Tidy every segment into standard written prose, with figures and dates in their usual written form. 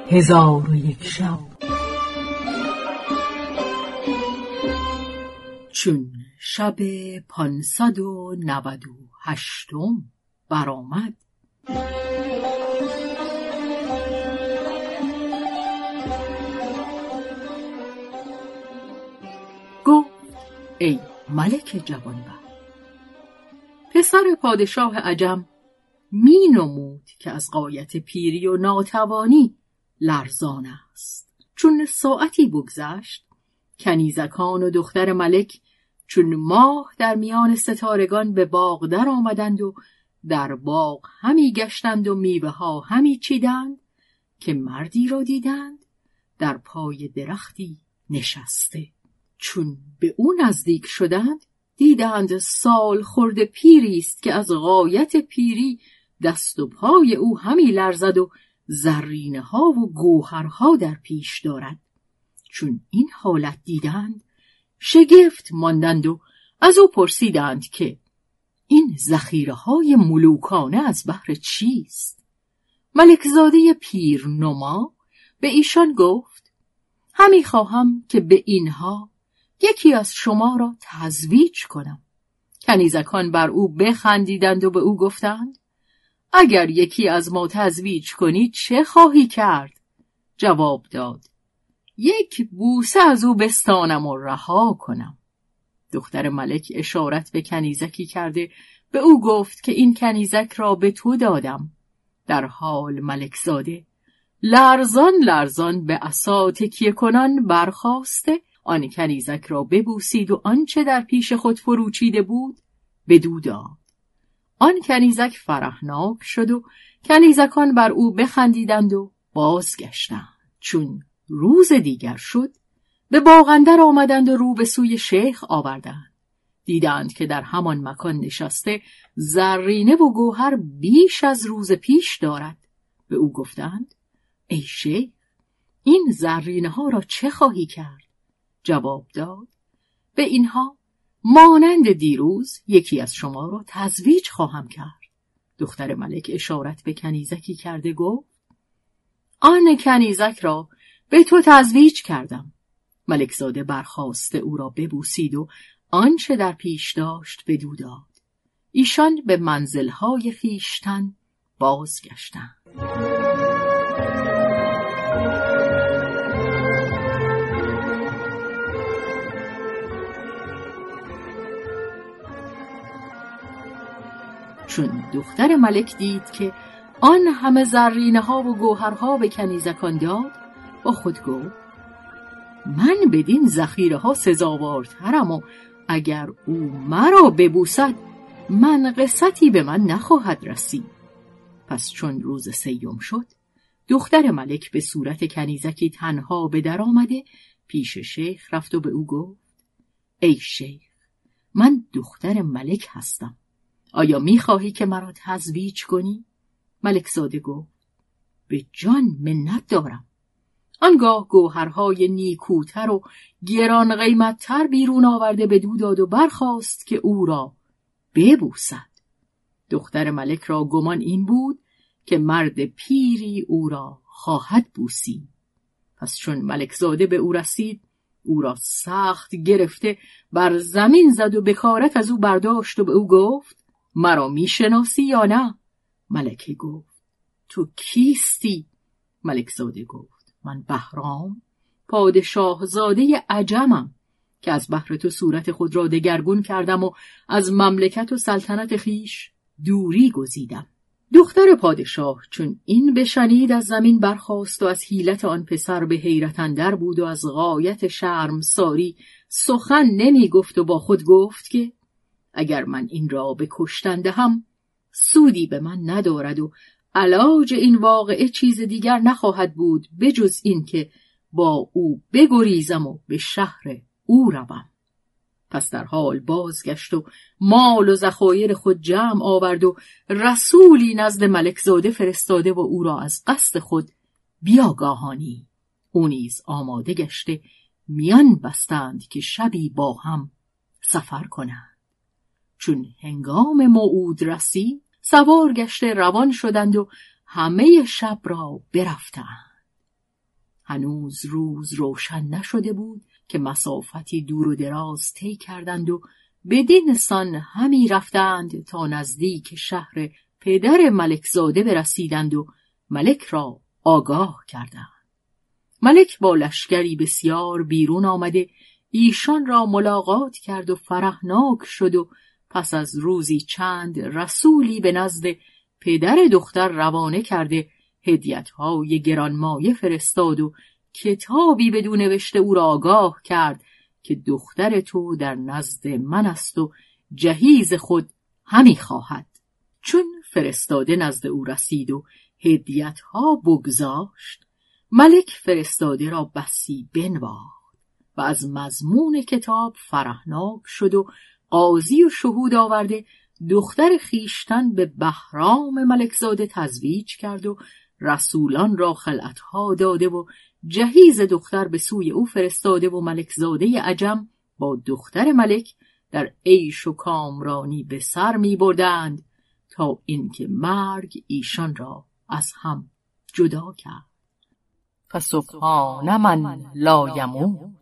1001 شب. چون شب 598 برآمد، گفت ای ملک جوانبخت، پسر پادشاه عجم می نمود که از غایت پیری و ناتوانی لرزان است. چون ساعتی بگذشت، کنیزکان و دختر ملک چون ماه در میان ستارگان به باغ در آمدند و در باغ همی گشتند و میوه ها همی چیدند که مردی را دیدند در پای درختی نشسته. چون به او نزدیک شدند، دیدند سال خورده پیری است که از غایت پیری دست و پای او همی لرزد و زرینه ها و گوهرها در پیش دارد. چون این حالت دیدند، شگفت ماندند و از او پرسیدند که این ذخیره های ملوکانه از بهر چیست؟ ملکزاده پیرنما به ایشان گفت همی خواهم که به اینها یکی از شما را تزویج کنم. کنیزکان بر او بخندیدند و به او گفتند اگر یکی از ما تزویج کنی چه خواهی کرد؟ جواب داد یک بوسه از او بستانم و رها کنم. دختر ملک اشارت به کنیزکی کرده به او گفت که این کنیزک را به تو دادم. در حال ملکزاده لرزان لرزان به عصا تکیه کنان برخاسته آن کنیزک را ببوسید و آنچه در پیش خود فروچیده بود بدو داد. آن کنیزک فرحناک شد و کنیزکان بر او بخندیدند و بازگشتند. چون روز دیگر شد، به باغ اندر آمدند و رو به سوی شیخ آوردند. دیدند که در همان مکان نشسته زرینه و گوهر بیش از روز پیش دارد. به او گفتند ای شیخ، این زرینه ها را چه خواهی کرد؟ جواب داد به اینها مانند دیروز یکی از شما را تزویج خواهم کرد. دختر ملک اشارت به کنیزکی کرده گفت آن کنیزک را به تو تزویج کردم. ملکزاده برخاسته او را ببوسید و آنچه در پیش داشت بدو داد. ایشان به منزلهای خویشتن بازگشتند. چون دختر ملک دید که آن همه زرینه ها و گوهرها به کنیزکان داد، با خود گفت من بدین ذخیره ها سزاوارترم و اگر او مرا ببوسد منقصتی به من نخواهد رسید. پس چون روز سیوم شد، دختر ملک به صورت کنیزکی تنها به در آمده پیش شیخ رفت و به او گفت ای شیخ، من دختر ملک هستم. آیا می‌خواهی که مرا تزویج کنی؟ ملکزاده گفت به جان منت دارم. آنگاه گوهرهای نیکوتر و گران قیمتتر بیرون آورده بدو داد و برخاست که او را ببوسد. دختر ملک را گمان این بود که مرد پیری او را خواهد بوسید. پس چون ملکزاده به او رسید، او را سخت گرفته بر زمین زد و بکارت از او برداشت و به او گفت مرا میشناسی یا نه؟ ملکه گفت تو کیستی؟ ملکزاده گفت من بهرام، پادشاه زاده عجمم که از بهر تو صورت خود را دگرگون کردم و از مملکت و سلطنت خیش دوری گزیدم. دختر پادشاه چون این بشنید از زمین برخاست و از حیلت آن پسر به حیرت اندر بود و از غایت شرمساری سخن نمی گفت و با خود گفت که اگر من این را به کشتن دهم سودی به من ندارد و علاج این واقعه چیز دیگر نخواهد بود بجز این که با او بگریزم و به شهر او روم. پس در حال بازگشت و مال و ذخایر خود جمع آورد و رسولی نزد ملکزاده فرستاده و او را از قصد خود بیاگاهانی. او نیز آماده گشته میان بستند که شبی با هم سفر کنند. چون هنگام موعود رسید، سوار گشته روان شدند و همه شب را برفتند. هنوز روز روشن نشده بود که مسافتی دور و دراز طی کردند و بدین سان همی رفتند تا نزدیک شهر پدر ملکزاده برسیدند و ملک را آگاه کردند. ملک با لشکری بسیار بیرون آمده ایشان را ملاقات کرد و فرحناک شد و پس از روزی چند رسولی به نزد پدر دختر روانه کرده هدیه‌های گرانمایه فرستاد و کتابی بدون نوشته او را آگاه کرد که دختر تو در نزد من است و جهیز خود همی خواهد. چون فرستاده نزد او رسید و هدیه‌ها بگذاشت، ملک فرستاده را بسی بنواخت و از مضمون کتاب فرحناک شد و قاضی و شهود آورده دختر خیشتن به بهرام ملکزاده تزویج کرد و رسولان را خلعتها داده و جهیز دختر به سوی او فرستاده و ملکزاده عجم با دختر ملک در عیش و کامرانی به سر می بردند تا اینکه مرگ ایشان را از هم جدا کرد. فسبحان من لا یموت.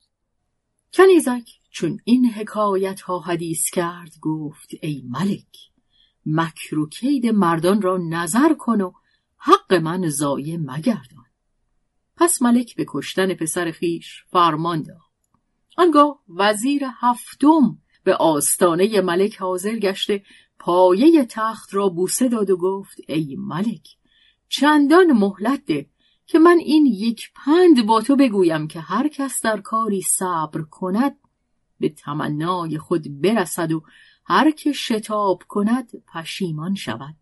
کنیزک چون این حکایت ها حدیث کرد گفت ای ملک، مکر و کید مردان را نظر کن و حق من ضایع مگردان. پس ملک به کشتن پسر خویش فرمان داد. آنگاه وزیر هفتم به آستانه ملک حاضر گشته پایه تخت را بوسه داد و گفت ای ملک، چندان مهلت ده که من این یک پند با تو بگویم که هر کس در کاری صبر کند به تمنای خود برسد و هر که شتاب کند پشیمان شود.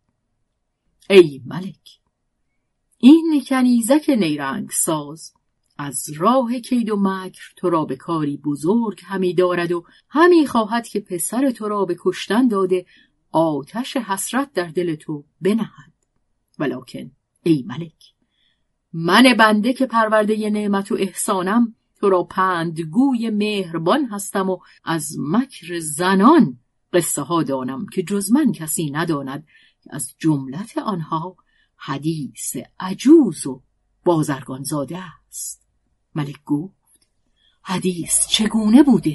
ای ملک، این کنیزک نیرنگ ساز از راه کید و مکر تو را به کاری بزرگ همی دارد و همی خواهد که پسر تو را به کشتن داده آتش حسرت در دل تو بنهد. ولکن ای ملک، من بنده که پرورده نعمت و احسانم تو را پندگوی مهربان هستم و از مکر زنان قصه ها دانم که جز من کسی نداند که از جملت آنها حدیث عجوز و بازرگان زاده است. ملک گفت حدیث چگونه بوده؟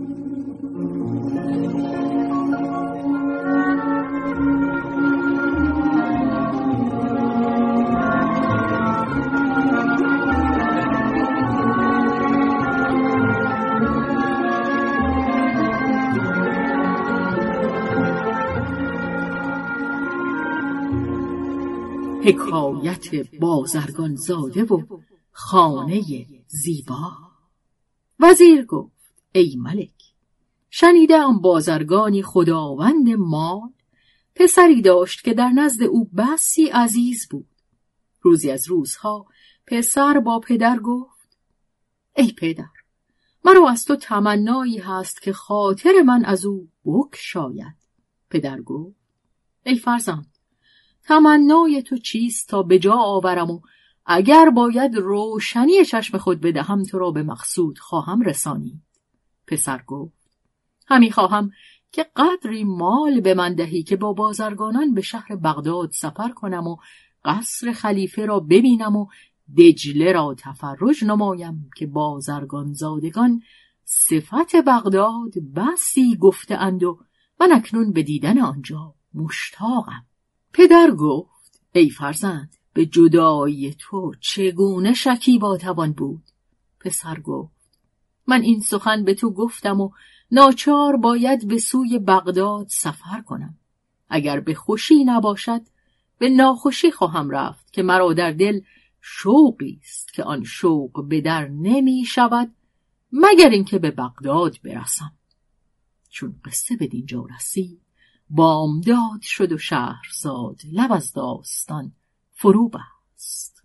حکایت بازرگان زاده و خانه زیبا. وزیر گفت ای ملک، شنیدم بازرگانی خداوند مال پسری داشت که در نزد او بسی عزیز بود. روزی از روزها پسر با پدر گفت ای پدر، مرا از تو تمنایی هست که خاطر من از او بگشاید. پدر گفت ای فرزند، تمنای تو چیست تا به جا آورم و اگر باید روشنی چشم خود بدهم تو را به مقصود خواهم رسانید. پسر گفت همی خواهم که قدری مال به من دهی که با بازرگانان به شهر بغداد سفر کنم و قصر خلیفه را ببینم و دجله را تفرج نمایم که بازرگان زادگان صفت بغداد بسی گفته اند و من اکنون به دیدن آنجا مشتاقم. پدر گفت ای فرزند، به جدایی تو چگونه شکیبا توان بود؟ پسر گفت من این سخن به تو گفتم و ناچار باید به سوی بغداد سفر کنم. اگر به خوشی نباشد به ناخوشی خواهم رفت که مرا در دل شوقی است که آن شوق به در نمی شود مگر اینکه به بغداد برسم. چون قصه به دینجا رسید بامداد شد و شهرزاد لب از داستان فرو بست.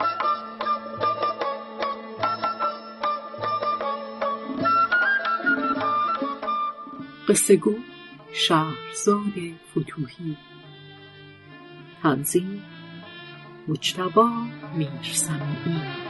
قصه گو شهرزاد فتوحی. تنظیم مجتبی میرسمی.